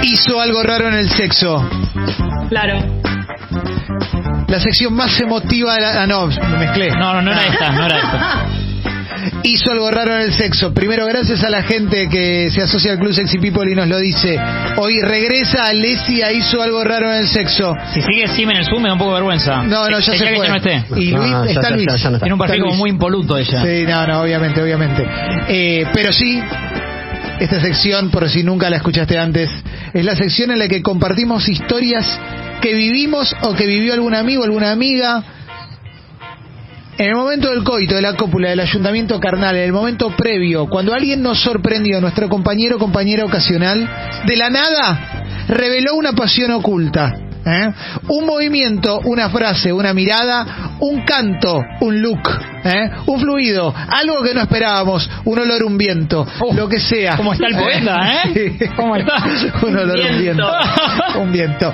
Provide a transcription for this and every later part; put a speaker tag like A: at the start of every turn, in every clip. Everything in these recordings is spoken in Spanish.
A: Hizo algo raro en el sexo.
B: Claro.
A: La sección más emotiva de la... Ah, no, me mezclé.
C: No era esta.
A: Hizo algo raro en el sexo. Primero, gracias a la gente que se asocia al Club Sexy People y nos lo dice. Hoy regresa Alesia, hizo algo raro en el sexo.
C: Si sigue Sim en el Zoom me da un poco de vergüenza.
A: No, ya se fue.
C: Que no esté.
A: Y Luis, está Luis.
D: Ya no está.
C: Tiene un perfil como muy impoluto ella.
A: Sí, no, obviamente. Pero sí, esta sección, por si nunca la escuchaste antes, es la sección en la que compartimos historias que vivimos o que vivió algún amigo, alguna amiga. En el momento del coito, de la cópula, del ayuntamiento carnal, en el momento previo, cuando alguien nos sorprendió, nuestro compañero o compañera ocasional, de la nada, reveló una pasión oculta. Un movimiento, una frase, una mirada, un canto, un look, un fluido, algo que no esperábamos, un olor, un viento, lo que sea.
C: ¿Cómo está el poeta,
A: Sí.
C: ¿Cómo está?
A: Un olor, un viento.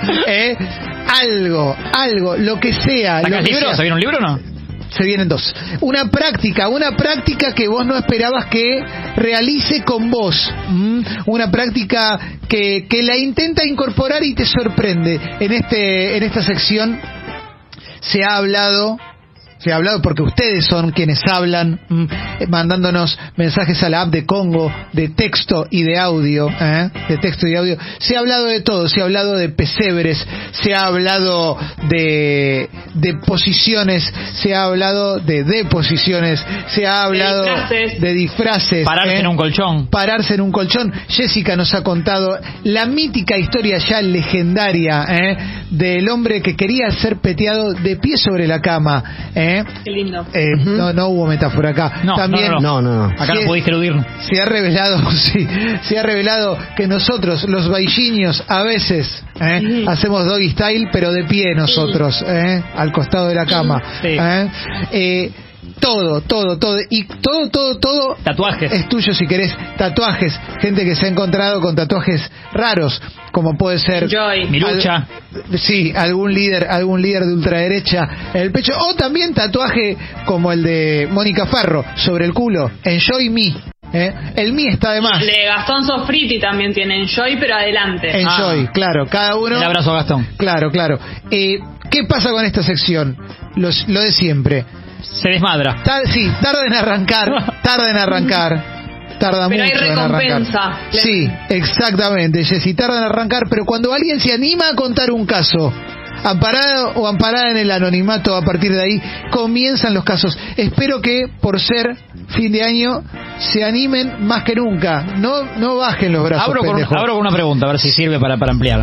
A: Algo, lo que sea.
C: ¿Sacás libro? ¿Se viene un libro o no?
A: Se vienen dos. Una práctica que vos no esperabas que realice con vos. Una práctica que la intenta incorporar y te sorprende. En esta sección se ha hablado porque ustedes son quienes hablan, mandándonos mensajes a la app de Congo, de texto y de audio, Se ha hablado de todo, se ha hablado de pesebres, se ha hablado de posiciones, se ha hablado de deposiciones, se ha hablado de disfraces.
C: Pararse en un colchón.
A: Jessica nos ha contado la mítica historia ya legendaria, del hombre que quería ser peteado de pie sobre la cama,
B: Qué lindo.
A: No hubo metáfora acá.
C: No. Acá no pudiste eludir.
A: Se ha revelado que nosotros, los bailliños, a veces hacemos doggy style, pero de pie nosotros, al costado de la cama.
C: Sí.
A: Todo. Y todo.
C: Tatuajes.
A: Es tuyo si querés. Tatuajes. Gente que se ha encontrado con tatuajes raros, como puede ser
C: Milucha.
A: Sí, algún líder de ultraderecha en el pecho. O también tatuaje como el de Mónica Farro sobre el culo. Enjoy me. El me está de más.
B: El de Gastón Sofriti también tiene Enjoy, pero adelante.
A: Enjoy, claro. Cada uno.
C: Un abrazo a Gastón.
A: Claro. ¿Qué pasa con esta sección? Lo de siempre.
C: Se desmadra.
A: Tarda en arrancar. Tarda
B: pero
A: mucho
B: hay
A: en
B: recompensa.
A: arrancar. Sí, exactamente, Jessy, tarda en arrancar, pero cuando alguien se anima a contar un caso, amparado o amparada en el anonimato, a partir de ahí comienzan los casos. Espero que, por ser fin de año, se animen más que nunca. No bajen los brazos,
C: abro con una pregunta, a ver si sirve para ampliar.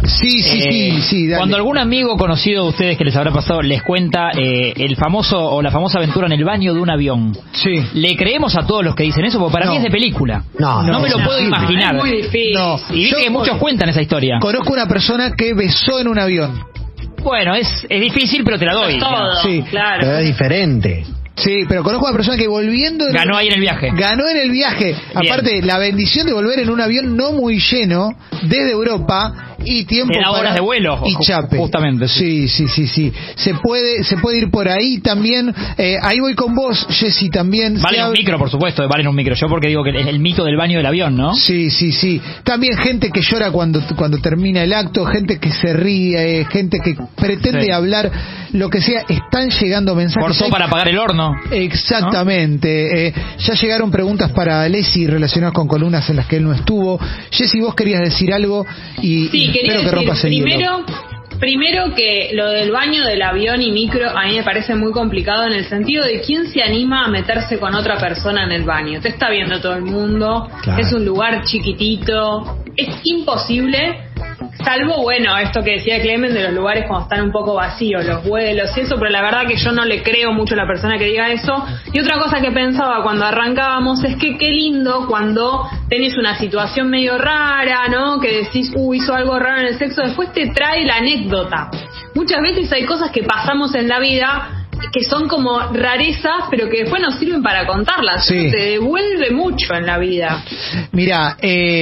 A: Sí, dale.
C: Cuando algún amigo conocido de ustedes que les habrá pasado les cuenta el famoso o la famosa aventura en el baño de un avión,
A: sí,
C: ¿le creemos a todos los que dicen eso? Porque para mí es de película.
D: No
C: me lo puedo imaginar.
B: Es muy difícil.
A: No.
C: Y vi que muchos cuentan esa historia.
A: Conozco una persona que besó en un avión.
C: Bueno, es difícil, pero te la doy.
B: Todo,
A: sí,
B: claro.
D: Pero es diferente.
A: Sí, pero conozco a una persona que volviendo...
C: Ganó ahí en el viaje.
A: Ganó en el viaje.
C: Bien.
A: Aparte, la bendición de volver en un avión no muy lleno, desde Europa, y tiempo
C: Te da
A: para...
C: horas de vuelo.
A: Y chape.
C: Justamente.
A: Sí. Se puede ir por ahí también. Ahí voy con vos, Jessy, también.
C: Valen un micro, por supuesto, valen un micro. Yo porque digo que es el mito del baño del avión, ¿no?
A: Sí. También gente que llora cuando termina el acto, gente que se ríe, gente que pretende hablar, lo que sea. Están llegando mensajes.
C: Cortó para apagar el horno.
A: Exactamente. Ya llegaron preguntas para Alessi relacionadas con columnas en las que él no estuvo. Jessy, vos querías decir algo y espero que rompas el hielo.
B: Primero que lo del baño del avión y micro a mí me parece muy complicado en el sentido de quién se anima a meterse con otra persona en el baño. Te está viendo todo el mundo, claro. Es un lugar chiquitito, es imposible, salvo, bueno, esto que decía Clemen de los lugares cuando están un poco vacíos, los vuelos y eso, pero la verdad que yo no le creo mucho a la persona que diga eso. Y otra cosa que pensaba cuando arrancábamos es que qué lindo cuando tenés una situación medio rara, ¿no? Que decís, hizo algo raro en el sexo, después te trae la anécdota. Muchas veces hay cosas que pasamos en la vida que son como rarezas, pero que después nos sirven para contarlas.
A: Sí.
B: Te devuelve mucho en la vida.
A: Mira,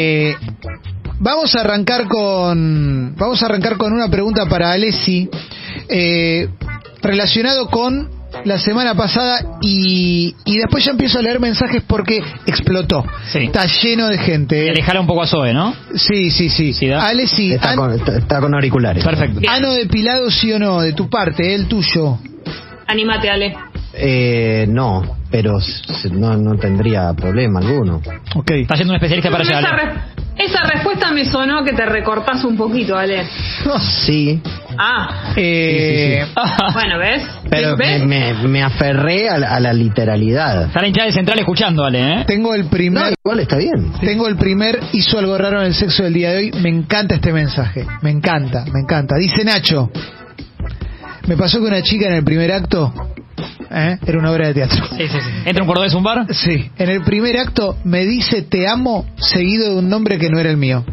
A: vamos a arrancar con una pregunta para Alessi, relacionado con la semana pasada y después ya empiezo a leer mensajes porque explotó.
C: Sí.
A: Está lleno de gente.
C: Alejala un poco a Zoe, ¿no?
A: Sí.
C: ¿da?
A: Ale, sí.
D: Está con auriculares.
C: Perfecto.
A: Ano depilado, sí o no, de tu parte, el tuyo.
B: Anímate, Ale.
D: No, pero no tendría problema alguno.
A: Ok.
C: Está yendo un especialista para allá. Ale.
B: Esa respuesta me sonó que te recortás un poquito, Ale.
D: Sí.
A: Sí.
B: Bueno, ¿ves?
D: Pero
B: ¿Ves?
D: me aferré a la literalidad.
C: Está la hinchada de Central escuchando, Ale, ¿eh?
A: Tengo el primer...
D: No, igual está bien.
A: Tengo el primer hizo algo raro en el sexo del día de hoy. Me encanta este mensaje. Me encanta. Dice Nacho. Me pasó que una chica en el primer acto... Era una obra de teatro.
C: Sí. ¿Entra un cordobés a un bar?
A: Sí. En el primer acto me dice te amo seguido de un nombre que no era el mío.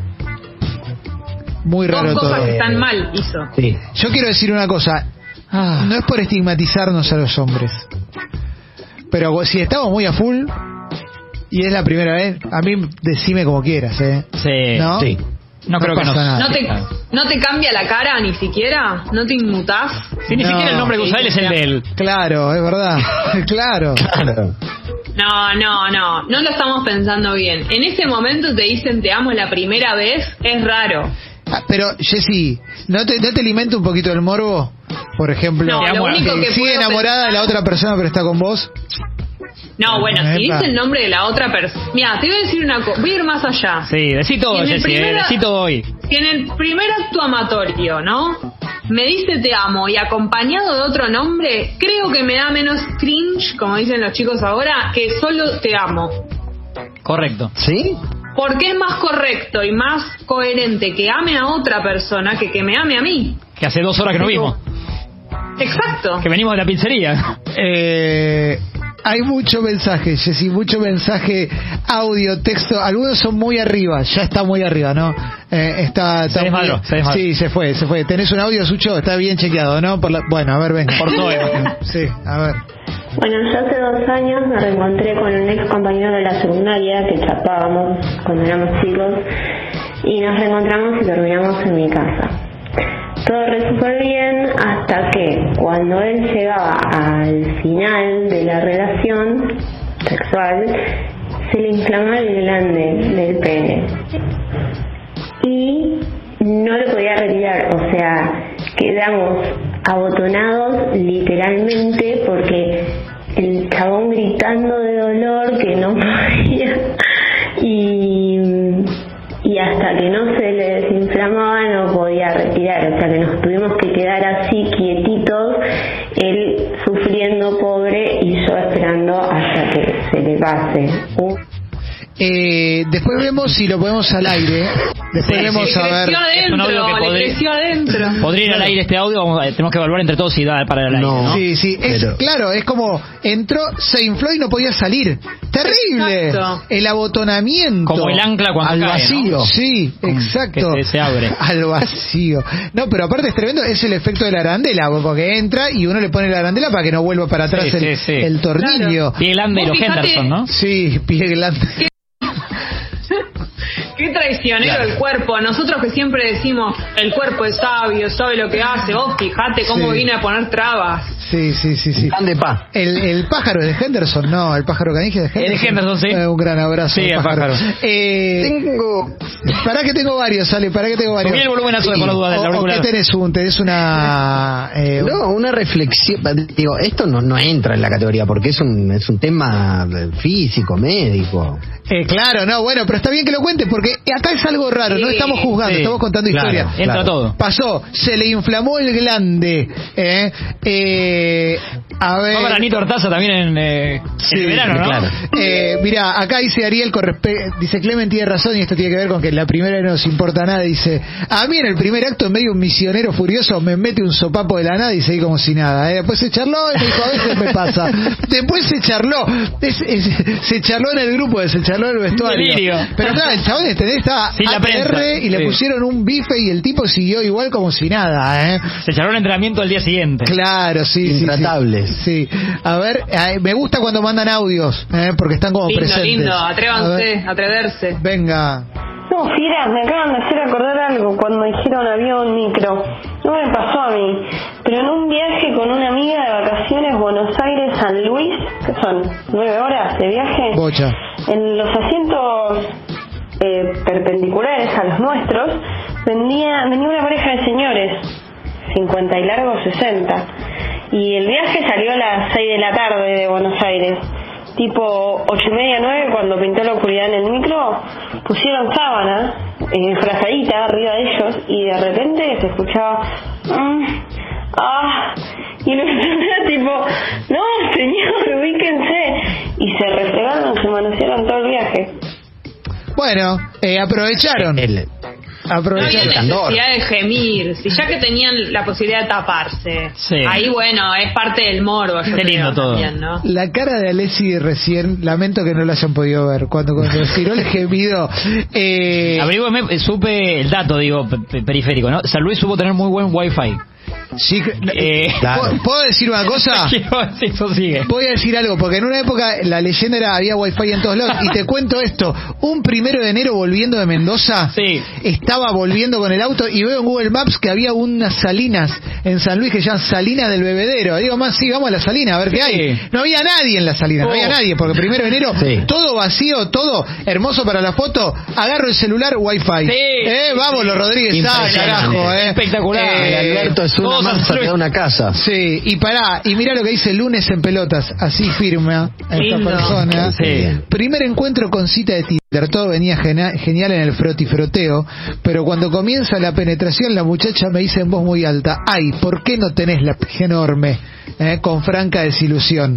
A: Muy raro
B: Dos
A: todo.
B: cosas que están mal hizo.
D: Sí.
A: Yo quiero decir una cosa. No es por estigmatizarnos a los hombres. Pero si estamos muy a full y es la primera vez, a mí decime como quieras,
C: Sí.
A: ¿no?
D: Sí.
C: No creo que no.
A: pasa nada.
B: ¿No te cambia la cara ni siquiera? ¿No te inmutás?
C: Sí, ni
A: No.
C: siquiera el nombre que usa él es el de él.
A: Claro, es verdad. Claro.
D: Claro.
B: No lo estamos pensando bien. En ese momento te dicen te amo la primera vez, es raro.
A: Pero, Jessy, ¿no te alimenta un poquito el morbo? Por ejemplo,
B: No, lo único que
A: sigue
B: puedo
A: enamorada de la
B: pensar-
A: otra persona pero está con vos.
B: No, bueno, si
A: Epa.
B: dice el nombre de la otra persona... Mira, te voy a decir una cosa, voy a ir más allá.
C: Sí, decí todo,
B: Y en el
C: Jessy,
B: primera-
C: decí todo hoy.
B: Si en el primer acto amatorio, ¿no? Me dice te amo y acompañado de otro nombre, creo que me da menos cringe, como dicen los chicos ahora, que solo te amo.
C: Correcto.
D: ¿Sí?
B: Porque es más correcto y más coherente que ame a otra persona que me ame a mí.
C: Que hace 2 horas que no vimos.
B: Exacto.
C: Que venimos de la pizzería.
A: Hay mucho mensaje, Jessy, mucho mensaje, audio, texto. Algunos son muy arriba, ya está muy arriba, ¿no? Está
C: Se desmadró.
A: Sí, se fue. ¿Tenés un audio, Sucho? Está bien chequeado, ¿no? Bueno, a ver, venga.
C: Por todo.
A: Sí, a ver.
E: Bueno, yo hace 2 años me reencontré con un ex compañero de la secundaria que chapábamos cuando éramos chicos y nos reencontramos y terminamos en mi casa. Todo re súper bien hasta que cuando él llegaba al final de la relación sexual se le inflamaba el glande del pene y no lo podía retirar, o sea, quedamos abotonados literalmente porque el chabón gritando de dolor que no podía y hasta que no se le desinflamaba no podía retirar, o sea que nos tuvimos que quedar así quietitos, él sufriendo pobre y yo esperando hasta que se le pase.
A: Después vemos si lo ponemos al aire. Después
C: Sí,
A: vemos
C: sí,
A: a ver.
C: Es un audio que
B: Le creció adentro.
C: Podría ir al aire este audio, tenemos que evaluar entre todos si da para el aire, ¿no?
A: Sí, claro, es como entró, se infló y no podía salir. Terrible.
B: Exacto.
A: El abotonamiento.
C: Como el ancla cuando
A: al
C: cae,
A: vacío.
C: ¿no?
A: Sí, exacto.
C: Que se abre.
A: Al vacío. No, pero aparte es tremendo, es el efecto de la arandela, porque entra y uno le pone la arandela para que no vuelva para atrás
C: Sí.
A: el tornillo.
C: Pie Lande y los
B: Vos fijate-
C: Henderson, ¿no?
A: Sí, pie glande.
B: Qué traicionero el cuerpo. Nosotros que siempre decimos, el cuerpo es sabio, sabe lo que hace. Vos fijate cómo
A: Sí.
B: vine a poner trabas.
A: Sí.
D: Pan de pa.
A: El pájaro es de Henderson, no, el pájaro caniche es de Henderson.
C: Es de Henderson, sí.
A: Un gran abrazo.
C: Sí,
A: al
C: el pájaro.
D: Tengo...
A: Pará que tengo varios, Ale,
C: Subí el volumen a Zoe por la duda del
A: ¿O
C: auricular.
A: qué tenés una...
D: No, una reflexión. Digo, esto no entra en la categoría porque es un tema físico, médico.
A: Claro, no, bueno, pero está bien que lo cuente porque acá es algo raro, no
B: Sí,
A: estamos juzgando,
C: sí,
A: estamos contando
D: claro,
A: historia.
C: Entra todo.
A: Pasó, se le inflamó el glande. A ver.
C: Va para Anito Artaza también en el verano, ¿no?
D: claro.
A: Mira, acá dice Ariel, dice Clemen tiene razón y esto tiene que ver con que la primera no nos importa nada. Dice, a mí en el primer acto en medio un misionero furioso me mete un sopapo de la nada y seguí como si nada. Después se charló y me dijo, a veces me pasa. Después se charló, se charló en el grupo, se charló en el vestuario.
C: Delirio.
A: Pero claro, el chabón estaba
C: Sin la
A: APR
C: prensa.
A: y le
C: Sí.
A: pusieron un bife y el tipo siguió igual como si nada,
C: Se charló el entrenamiento al día siguiente.
A: Claro, sí.
D: Intratables.
A: Sí. A ver, me gusta cuando mandan audios, porque están como presentes.
B: Lindo,
A: A
B: atrévanse,
A: ver,
B: atreverse.
A: venga.
E: No, fieras, me acaban de hacer acordar algo cuando dijeron avión, micro. No me pasó a mí, pero en un viaje con una amiga de vacaciones Aires, Buenos Aires, San Luis, que son 9 horas de viaje.
A: Bocha.
E: En los asientos perpendiculares a los nuestros venía una pareja de señores, 50 y largos 60, y el viaje salió a las 6 de la tarde de Buenos Aires, tipo 8:30, 9, cuando pintó la oscuridad en el micro, pusieron sábana frazadita arriba de ellos y de repente se escuchaba y la persona tipo, no señor, ubíquense, y se refregaron, se manosearon todo el viaje.
A: Bueno, aprovecharon.
B: No había necesidad de gemir, si ya que tenían la posibilidad de taparse.
C: Sí.
B: Ahí, bueno, es parte del morbo.
C: Qué lindo todo.
B: También, ¿no?
A: La cara de Alessi recién, lamento que no la hayan podido ver. Cuando tiró el gemido.
C: Averigüeme, supe el dato, digo, periférico, ¿no? San Luis supo tener muy buen wifi.
A: Sí, claro. ¿Puedo decir una cosa?
C: Eso sigue.
A: Voy a decir algo, porque en una época la leyenda era había wifi en todos lados. Y te cuento esto: un 1 de enero volviendo de Mendoza, estaba volviendo con el auto y veo en Google Maps que había unas salinas en San Luis que se llaman Salinas del Bebedero. Digo, más sí, vamos a la salina a ver qué hay. No había nadie en la salina, no había nadie, porque 1 de enero, todo vacío, todo hermoso para la foto. Agarro el celular, wifi. Vámonos, Rodríguez, carajo,
C: espectacular.
D: Alberto es una casa.
A: Sí, y pará, y mira lo que dice Lunes en Pelotas, así firma esta persona. Primer encuentro con cita de Tinder, todo venía genial en el frotifroteo, pero cuando comienza la penetración la muchacha me dice en voz muy alta, ay, ¿por qué no tenés la pija enorme? Con franca desilusión.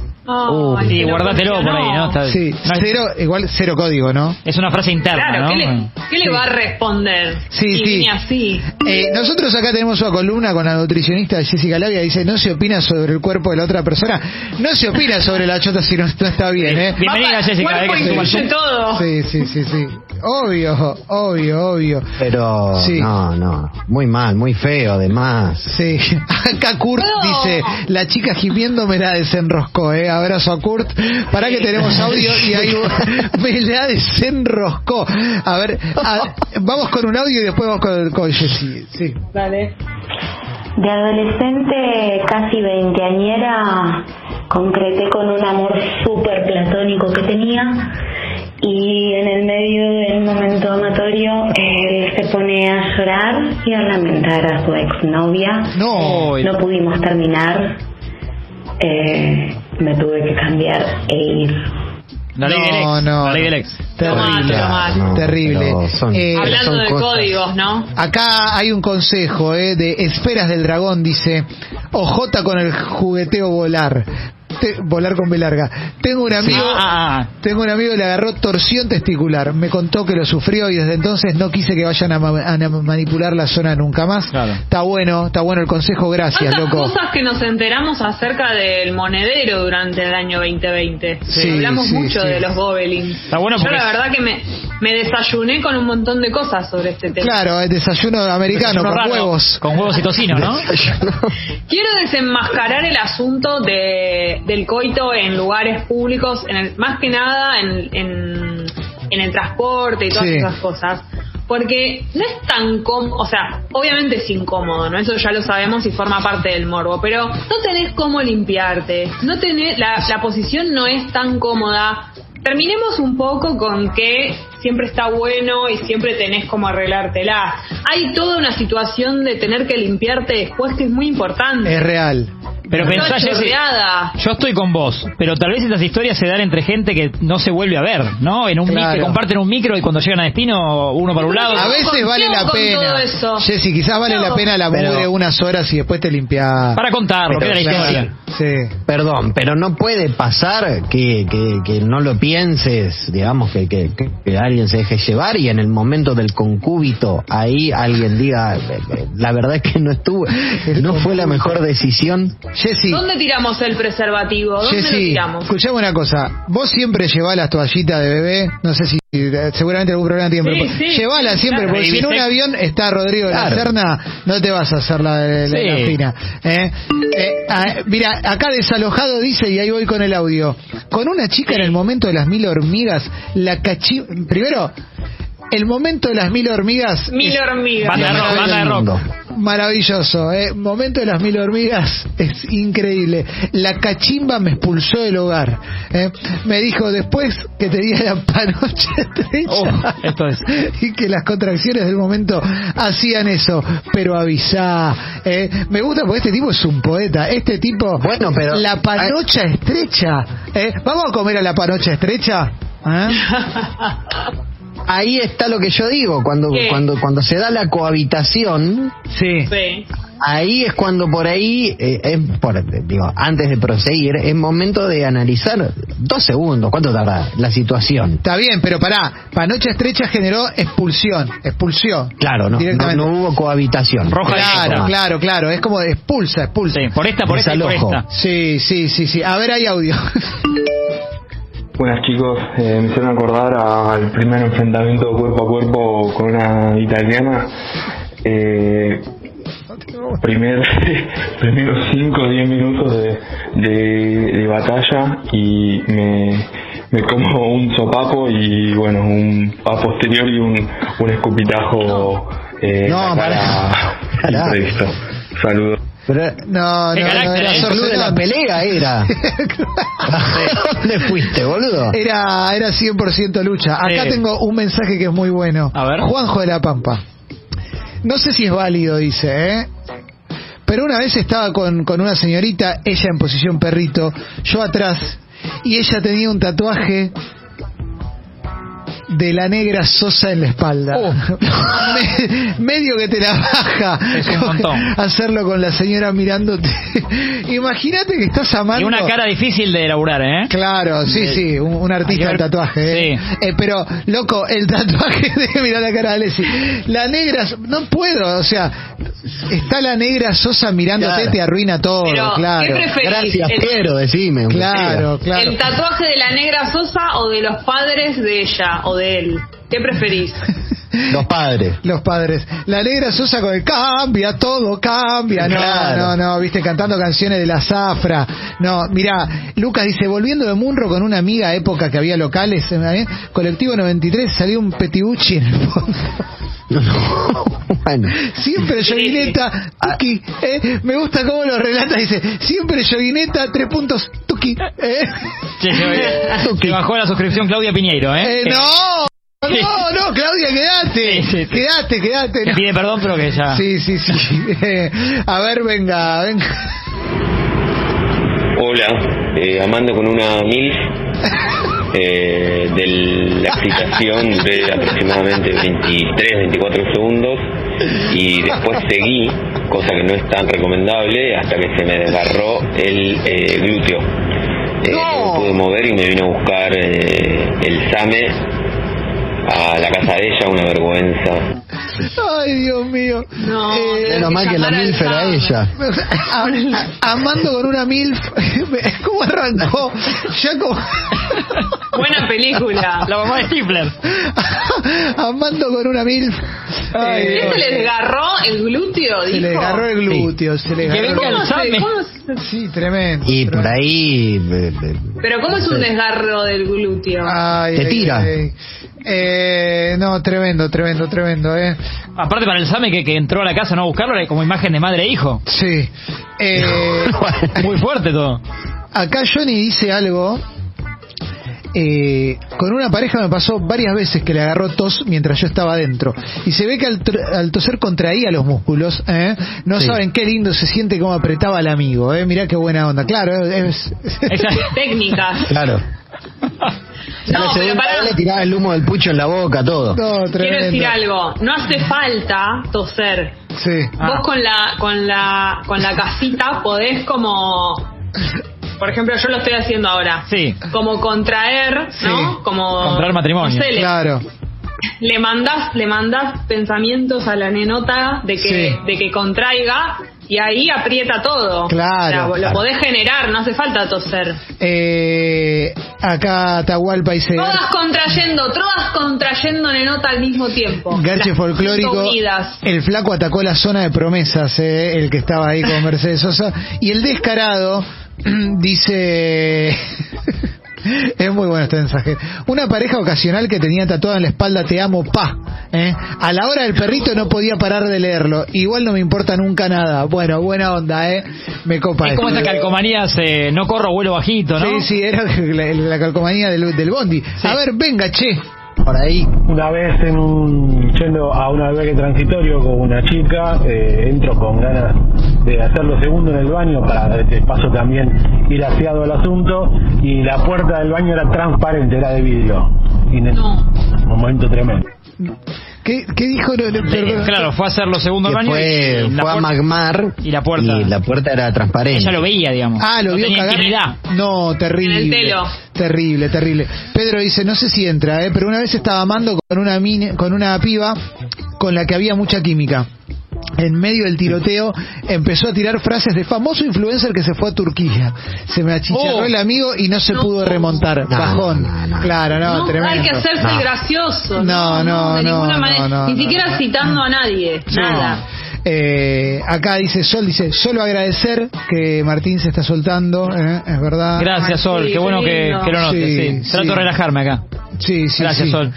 C: Y guardátelo por ahí, ¿no?
A: Cero código, ¿no?
C: Es una frase interna,
B: claro,
C: ¿no?
B: ¿Qué le va a responder?
A: Sí.
B: Así.
A: Nosotros acá tenemos una columna con la nutricionista Jessica Labia, dice, no se opina sobre el cuerpo de la otra persona, no se opina sobre la chota si no está bien,
C: Bienvenida, Jessica.
B: Cuerpo incluye todo.
A: Sí. Obvio.
D: Pero no, muy mal, muy feo además.
A: Sí. Acá Kurt dice, la chica gimiendo me la desenroscó, abrazo a Kurt. Para que tenemos audio y ahí me la desenroscó. A ver, vamos con un audio y después vamos con Jessy. Sí.
B: Dale.
E: De adolescente, casi veinteañera, concreté con un amor súper platónico que tenía, y en el medio del momento amatorio él se pone a llorar y a lamentar a su exnovia. No pudimos terminar, me tuve que cambiar e ir.
C: La ley del ex.
A: Terrible.
B: Hablando de códigos, ¿no?
A: Acá hay un consejo de Esferas del Dragón, dice, ojota con el jugueteo volar con B larga. Tengo un amigo que le agarró torsión testicular, me contó que lo sufrió y desde entonces no quise que vayan a manipular la zona nunca más. Claro. Está bueno el consejo, gracias, loco.
B: Cosas que nos enteramos acerca del monedero durante el año 2020. Hablamos mucho de los gobelins.
C: Está bueno porque
B: yo la verdad que me desayuné con un montón de cosas sobre este tema.
A: Claro, el desayuno americano con huevos.
C: Con huevos y tocino, ¿no?
B: Quiero desenmascarar el asunto del coito en lugares públicos, más que nada en el transporte y todas esas cosas, porque no es tan cómodo, o sea, obviamente es incómodo, ¿no? Eso ya lo sabemos y forma parte del morbo, pero no tenés cómo limpiarte, no tenés, la posición no es tan cómoda. Terminemos un poco con que siempre está bueno y siempre tenés como arreglártela. Hay toda una situación de tener que limpiarte después que es muy importante.
A: Es real.
C: Pero pensá, Jessy, yo estoy con vos, pero tal vez estas historias se dan entre gente que no se vuelve a ver, ¿no? En un que comparten un micro y cuando llegan a destino, uno para un lado.
A: A veces vale la pena. Jessy, quizás vale la pena la mugre unas horas y después te limpiás.
C: Para contarlo, queda la historia.
D: Sí. Perdón, pero no puede pasar que no lo pienses, digamos, que alguien se deje llevar y en el momento del concúbito ahí alguien diga, la verdad es que no fue la mejor decisión.
A: Jessy,
B: ¿dónde tiramos el preservativo? ¿Dónde lo tiramos?
A: Escuchame una cosa, vos siempre llevás las toallitas de bebé, no sé si seguramente algún programa tiene, pero llevala siempre, porque si en un avión está Rodrigo de la Serna, no te vas a hacer la fina. Mira, acá Desalojado dice, y ahí voy con el audio, con una chica en el momento de las 1000 hormigas, primero, el momento de las 1000 hormigas.
C: Banda de rock.
A: Maravilloso, momento de las 1000 hormigas, es increíble. La cachimba me expulsó del hogar. Me dijo después que tenía la panocha estrecha.
C: Esto es.
A: Y que las contracciones del momento hacían eso. Pero avisá. Me gusta porque este tipo es un poeta. Este tipo,
D: bueno, pero
A: la panocha estrecha. ¿Vamos a comer a la panocha estrecha?
D: Ahí está lo que yo digo, cuando se da la cohabitación,
A: sí.
D: Ahí es cuando por ahí, antes de proseguir, es momento de analizar 2 segundos, ¿cuánto tarda la situación?
A: Está bien, pero panocha estrecha generó expulsión.
D: Claro, no hubo cohabitación.
C: Roja.
A: Claro, es como expulsa.
C: Sí, por esta y por esta.
A: Sí. A ver, hay audio.
F: Buenas chicos, me hicieron acordar al primer enfrentamiento cuerpo a cuerpo con una italiana. Primeros 5 o 10 minutos de batalla y me como un sopapo y bueno, un a posterior y un escupitajo imprevisto. Saludos.
D: Pero, no, era solo de la pelea, era. ¿Dónde fuiste, boludo?
A: Era 100% lucha. Acá tengo un mensaje que es muy bueno.
C: A ver.
A: Juanjo de la Pampa. No sé si es válido, dice, pero una vez estaba con una señorita, ella en posición perrito, yo atrás, y ella tenía un tatuaje de la Negra Sosa en la espalda. Medio que te la baja.
C: Es un montón.
A: Hacerlo con la señora mirándote. Imagínate que estás amando.
C: Y una cara difícil de elaborar,
A: Claro, sí, un artista del tatuaje,
C: Sí.
A: Pero, loco, el tatuaje de mirar la cara de Alessi. La Negra, no puedo, o sea, está la Negra Sosa mirándote, claro. Te arruina todo,
B: pero,
A: claro.
B: ¿qué preferís?
D: Gracias, Pedro, decime.
A: Claro.
B: ¿El tatuaje de la Negra Sosa o de los padres de ella o de él? ¿Qué preferís?
D: Los padres. La Negra Sosa con el cambia, todo cambia. No, viste, cantando canciones de la Zafra. No, mirá, Lucas dice, volviendo de Munro con una amiga, época que había locales, Colectivo 93, salió un petibuchi en el fondo. Bueno. Siempre yoguineta, tuki, me gusta cómo lo relata, dice, siempre yoguineta, 3 puntos, tuki,
C: Se bajó la suscripción Claudia Piñeiro,
A: No, Claudia, quedate.
C: Sí.
A: Quedate.
C: Me pide perdón, pero que ya.
A: Sí. A ver, venga.
G: Hola, amando con una MILF. De la excitación de aproximadamente 23-24 segundos y después seguí, cosa que no es tan recomendable, hasta que se me desgarró el glúteo. No me pude mover y me vino a buscar el SAME a la casa de ella, una vergüenza.
A: Ay, Dios mío.
D: Menos mal que la MILF era ella.
A: Amando con una MILF. ¿Cómo arrancó? Ya como...
B: Buena película.
C: La mamá de Stifler.
A: Amando con una MILF.
B: ¿Se le desgarró el glúteo?
A: Se le desgarró el glúteo.
C: Sí. Que venga el SAME.
A: Sí, tremendo.
D: Y por ahí...
B: Pero ¿cómo es un desgarro del glúteo?
D: Te tira.
A: No, tremendo.
C: Aparte para el SAME que entró a la casa no a buscarlo, era como imagen de madre e hijo.
A: Sí.
C: Muy fuerte todo.
A: Acá Johnny dice algo. Con una pareja me pasó varias veces que le agarró tos mientras yo estaba adentro y se ve que al toser contraía los músculos, no saben qué lindo se siente como apretaba al amigo, mirá qué buena onda, claro, es
B: técnica,
D: claro.
B: No, pero
D: le tiraba el humo del pucho en la boca, todo.
B: Quiero decir algo, no hace falta toser.
A: Sí.
B: Vos con la casita podés como... Por ejemplo, yo lo estoy haciendo ahora.
C: Sí.
B: Como contraer, ¿no?
A: Sí.
B: Como
C: contraer matrimonio.
B: No sé,
A: claro.
B: Le mandás pensamientos a la nenota de que contraiga y ahí aprieta todo.
A: Claro.
B: O sea, lo podés generar, no hace falta toser.
A: Acá Atahualpa dice...
B: Todas contrayendo nenota al mismo tiempo.
A: Garche folclórico. El flaco atacó la zona de promesas, el que estaba ahí con Mercedes Sosa. Y el descarado dice... Es muy bueno este mensaje. Una pareja ocasional que tenía tatuado en la espalda "Te amo, pa". A la hora del perrito no podía parar de leerlo. Igual no me importa nunca nada. Bueno, buena onda, me copa.
C: Es como estas calcomanías, no corro, vuelo bajito, ¿no?
A: Sí, era la calcomanía del bondi. Sí. A ver, venga, che.
D: Por ahí.
H: Una vez yendo a un albergue transitorio con una chica, entro con ganas de hacer lo segundo en el baño para de paso también ir aseado al asunto, y la puerta del baño era transparente, era de vidrio. Un momento tremendo.
A: ¿Qué dijo?
C: Claro, fue a hacer lo segundo al baño.
D: Fue a magmar
C: y la puerta
D: era transparente.
C: Ella lo veía, digamos.
A: Lo vio cagar.
C: Intimidad.
A: No, terrible.
B: En el pelo.
A: Terrible. Pedro dice, no sé si entra, pero una vez estaba amando con una piba con la que había mucha química. En medio del tiroteo empezó a tirar frases de famoso influencer que se fue a Turquía. Se me achicharró el amigo y no se pudo remontar. Bajón. Claro, tremendo.
B: Hay que hacerse gracioso.
A: No,
B: de ninguna manera. Ni siquiera citando a nadie. Nada.
A: Acá dice Sol, solo agradecer que Martín se está soltando, es verdad.
C: Gracias, Sol, qué bueno que lo notes. Sí. Trato de relajarme acá.
A: Sí.
C: Gracias, Sol.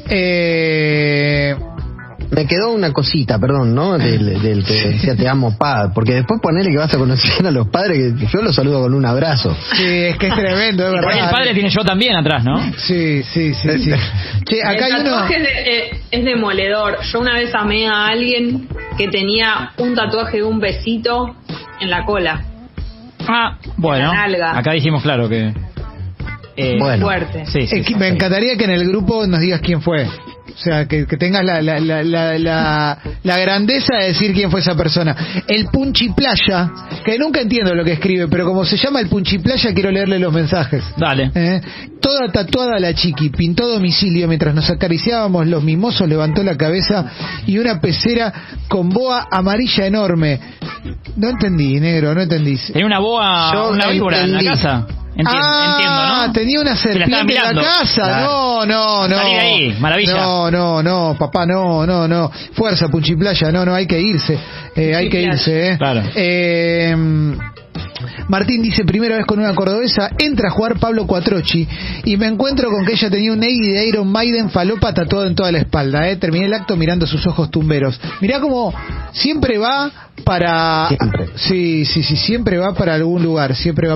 D: Me quedó una cosita, perdón, ¿no? Del que decía "te amo, pa", porque después ponele que vas a conocer a los padres, que yo los saludo con un abrazo.
A: Sí, es que es tremendo, es verdad.
C: El padre tiene yo también atrás, ¿no?
A: Sí. Che, acá
B: el tatuaje es demoledor. Yo una vez amé a alguien que tenía un tatuaje de un besito en la cola.
C: Bueno. Acá dijimos claro que...
D: bueno.
B: Fuerte.
C: Sí,
A: me encantaría que en el grupo nos digas quién fue. O sea, que tengas la grandeza de decir quién fue esa persona. El Punchiplaya, que nunca entiendo lo que escribe, pero como se llama el Punchiplaya, quiero leerle los mensajes.
C: Dale.
A: Toda tatuada la chiqui, pintó domicilio mientras nos acariciábamos los mimosos, levantó la cabeza y una pecera con boa amarilla enorme. No entendí, negro, no entendí.
C: Tenía una boa, una víbora en la casa. Entiendo, ¿no?
A: Tenía una serpiente en la casa. Claro. No.
C: Salí de ahí, maravilla.
A: No, papá, no. Fuerza, Punchiplaya, no, hay que irse. Hay que irse,
C: Claro.
A: Martín dice, primera vez con una cordobesa, entra a jugar Pablo Quattrocchi y me encuentro con que ella tenía un Navy de Iron Maiden falopa tatuado en toda la espalda. Terminé el acto mirando sus ojos tumberos. Mirá como siempre va para...
D: Siempre.
A: Sí, siempre va para algún lugar,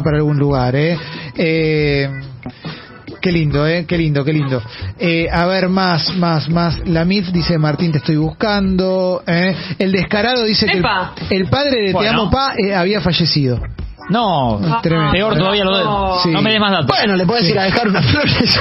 A: Qué lindo, qué lindo. A ver, más. La MIF dice, Martín, te estoy buscando. El descarado dice que el padre de Te amo, pa, había fallecido.
C: No, peor todavía lo de...
A: Sí.
C: No me des más datos.
D: Bueno, le puedes ir a dejar unas flores.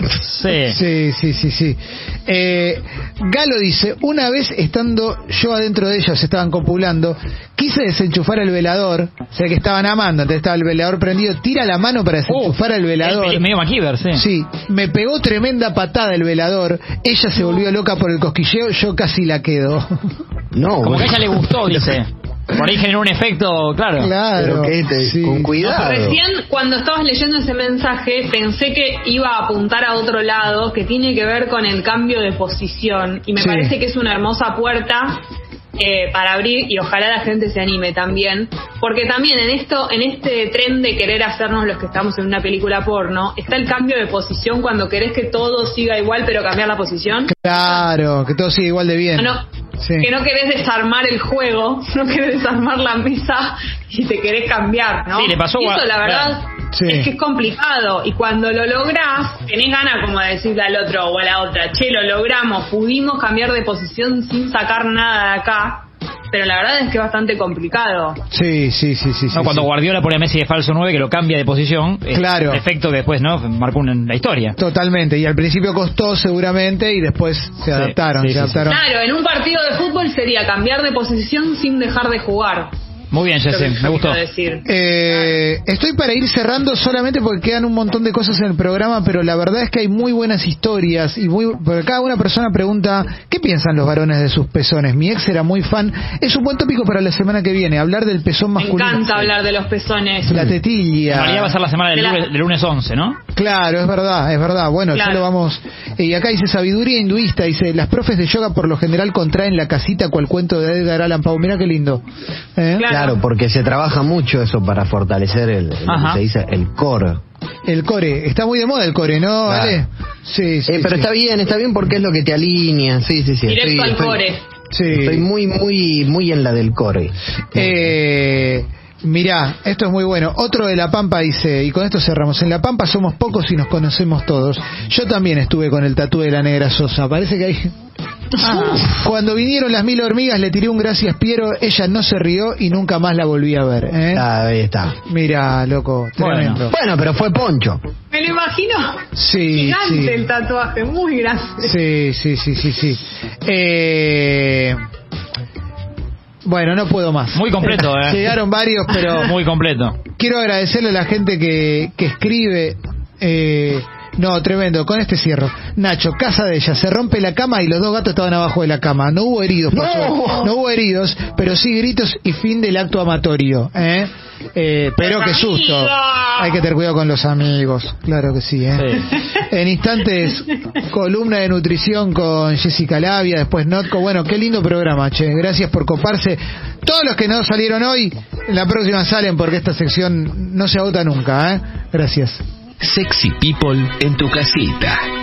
A: Sí. Galo dice, una vez estando yo adentro de ellos, estaban copulando, quise desenchufar el velador, o sea que estaban amando, entonces estaba el velador prendido, tira la mano para desenchufar el velador.
C: Medio MacGyver, sí.
A: Sí, me pegó tremenda patada el velador, ella se volvió loca por el cosquilleo, yo casi la quedo.
D: No,
C: como que a ella le gustó, dice. Por ahí generó un efecto, claro.
A: Pero
D: con cuidado.
B: Recién, cuando estabas leyendo ese mensaje, pensé que iba a apuntar a otro lado, que tiene que ver con el cambio de posición. Y me parece que es una hermosa puerta para abrir, y ojalá la gente se anime también. Porque también en este tren de querer hacernos los que estamos en una película porno, está el cambio de posición cuando querés que todo siga igual, pero cambiar la posición.
A: Claro, que todo siga igual de bien.
B: Que no querés desarmar el juego, no querés desarmar la mesa y te querés cambiar, ¿no?
C: Sí, le pasó.
B: Y eso, la verdad, es que es complicado. Y cuando lo lográs, tenés ganas como de decirle al otro o a la otra, che, lo logramos, pudimos cambiar de posición sin sacar nada de acá. Pero la verdad es que es bastante complicado.
A: Sí.
C: Cuando Guardiola pone a Messi de falso 9, que lo cambia de posición,
A: claro.
C: El efecto que después marcó la historia.
A: Totalmente, y al principio costó seguramente y después se adaptaron.
B: Claro, en un partido de fútbol sería cambiar de posición sin dejar de jugar.
C: Muy bien, Jessy, me gustó.
A: Estoy para ir cerrando solamente porque quedan un montón de cosas en el programa, pero la verdad es que hay muy buenas historias y porque cada una persona pregunta ¿qué piensan los varones de sus pezones? Mi ex era muy fan. Es un buen tópico para la semana que viene, hablar del pezón masculino.
B: Me encanta hablar de los pezones.
A: La tetilla.
C: En realidad va a ser la semana del lunes 11, ¿no?
A: Claro, es verdad. Bueno, ya lo vamos. Y acá dice sabiduría hinduista, dice, las profes de yoga por lo general contraen la casita cual cuento de Edgar Allan Poe. Mirá qué lindo.
B: Claro.
D: Claro, porque se trabaja mucho eso para fortalecer el se dice el core.
A: El core, está muy de moda el core, ¿no,
D: Claro.
A: Ale? Sí,
D: pero está bien porque es lo que te alinea. Sí.
B: Directo al core.
A: Sí.
D: Estoy muy en la del core.
A: Mirá, esto es muy bueno. Otro de La Pampa dice, y con esto cerramos, en La Pampa somos pocos y nos conocemos todos. Yo también estuve con el tatú de la Negra Sosa. Parece que hay... Cuando vinieron las 1000 hormigas le tiré un gracias Piero, ella no se rió y nunca más la volví a ver, ¿eh?
D: Ahí está.
A: Mira, loco, tremendo.
D: Bueno, pero fue Poncho.
B: Me lo imagino.
A: Sí,
B: gigante el tatuaje, muy grande.
A: Sí. Bueno, no puedo más.
C: Muy completo,
A: Llegaron varios, pero...
C: Muy completo.
A: Quiero agradecerle a la gente que escribe... No, tremendo, con este cierro. Nacho, casa de ella, se rompe la cama y los 2 gatos estaban abajo de la cama. No hubo heridos, por suerte. No hubo heridos, pero sí gritos y fin del acto amatorio. Pero qué susto. Hay que tener cuidado con los amigos. Claro que sí,
C: Sí.
A: En instantes, columna de nutrición con Jessica Labia, después Notco. Bueno, qué lindo programa, che. Gracias por coparse. Todos los que no salieron hoy, la próxima salen porque esta sección no se agota nunca, Gracias.
I: Sexy People en tu casita.